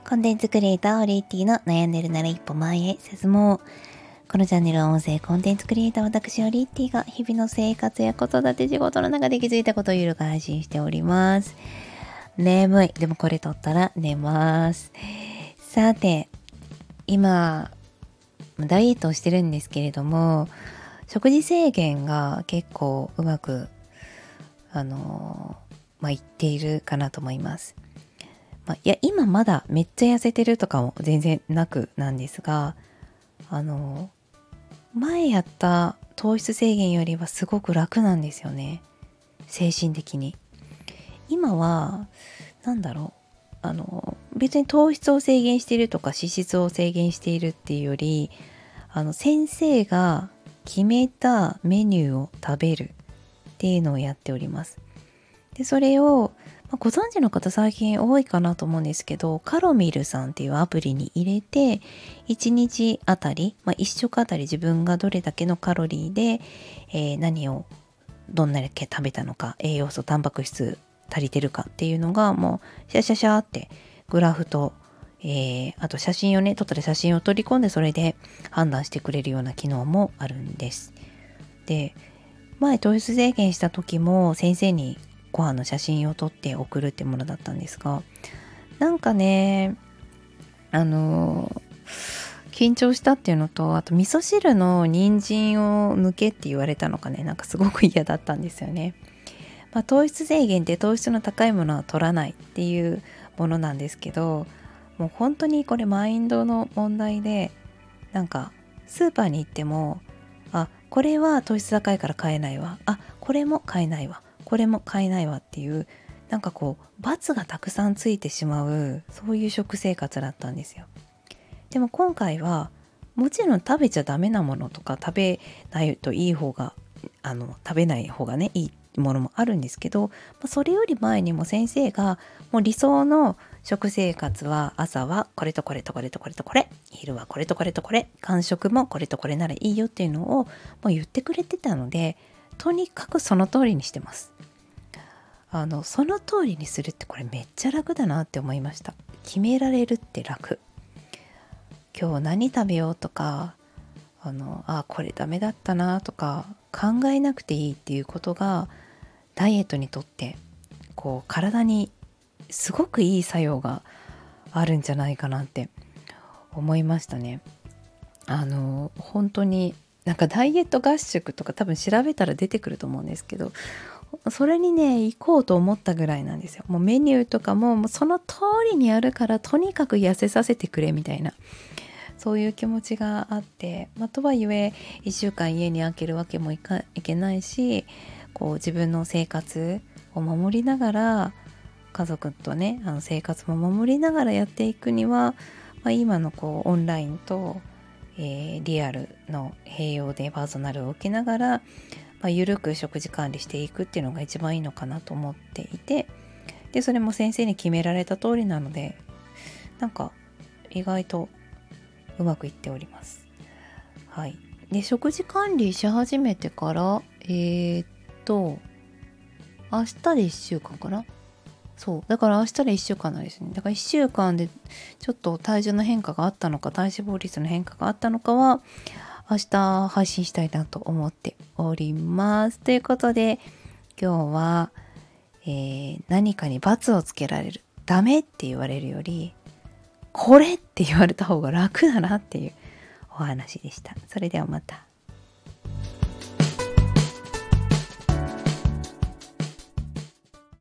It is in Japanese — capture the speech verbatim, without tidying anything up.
コンテンツクリエイターオリエッティの悩んでるなら一歩前へ進もう。このチャンネルは音声コンテンツクリエイター私オリエッティが日々の生活や子育て仕事の中で気づいたことをゆるく配信しております。眠い。でもこれ撮ったら寝ます。さて、今ダイエットをしてるんですけれども、食事制限が結構うまくあのまあいっているかなと思います。まあ、いや今まだめっちゃ痩せてるとかも全然なくなんですが、あの前やった糖質制限よりはすごく楽なんですよね、精神的に。今はなんだろうあの別に糖質を制限しているとか脂質を制限しているっていうより、あの先生が決めたメニューを食べるっていうのをやっております。でそれをまあ、ご存知の方最近多いかなと思うんですけど、カロミルさんっていうアプリに入れていちにちあたり、まあ、いっ食あたり自分がどれだけのカロリーで、えー、何をどんなだけ食べたのか、栄養素タンパク質足りてるかっていうのがもうシャシャシャってグラフと、えー、あと写真をね撮ったら写真を取り込んでそれで判断してくれるような機能もあるんです。で前糖質制限した時も先生にご飯の写真を撮って送るってものだったんですが、なんかねあの緊張したっていうのと、あと味噌汁の人参を抜けって言われたのかね、なんかすごく嫌だったんですよね。まあ、糖質制限って糖質の高いものは取らないっていうものなんですけど、もう本当にこれマインドの問題で、なんかスーパーに行っても、あこれは糖質高いから買えないわ、あこれも買えないわ、これも買えないわっていう、なんかこう罰がたくさんついてしまう、そういう食生活だったんですよ。でも今回はもちろん食べちゃダメなものとか食べないといい方があの食べない方がねいいものもあるんですけど、それより前にも先生がもう理想の食生活は朝はこれとこれとこれとこれとこれ、昼はこれとこれとこれ、間食もこれとこれならいいよっていうのをもう言ってくれてたので、とにかくその通りにしてます。あのその通りにするってこれめっちゃ楽だなって思いました。決められるって楽。今日何食べようとか、あのあこれダメだったなとか考えなくていいっていうことがダイエットにとってこう体にすごくいい作用があるんじゃないかなって思いましたね。あの本当になんかダイエット合宿とか多分調べたら出てくると思うんですけど、それにね行こうと思ったぐらいなんですよ。もうメニューとかも、もうその通りにやるからとにかく痩せさせてくれみたいな、そういう気持ちがあって、まあ、とはいえいっしゅうかん家に空けるわけもいかいけないし、こう自分の生活を守りながら、家族とねあの生活も守りながらやっていくには、まあ、今のこうオンラインと、えー、リアルの併用でパーソナルを受けながら、まあ、緩く食事管理していくっていうのが一番いいのかなと思っていて、でそれも先生に決められた通りなので、なんか意外とうまくいっております。はい。で食事管理し始めてからえー、っと明日でいっしゅうかんかな。そうだから明日でいっしゅうかんなんですね。だからいっしゅうかんでちょっと体重の変化があったのか、体脂肪率の変化があったのかは明日配信したいなと思っております。ということで今日は、えー、何かに罰をつけられる、ダメって言われるよりこれって言われた方が楽だなっていうお話でした。それではまた。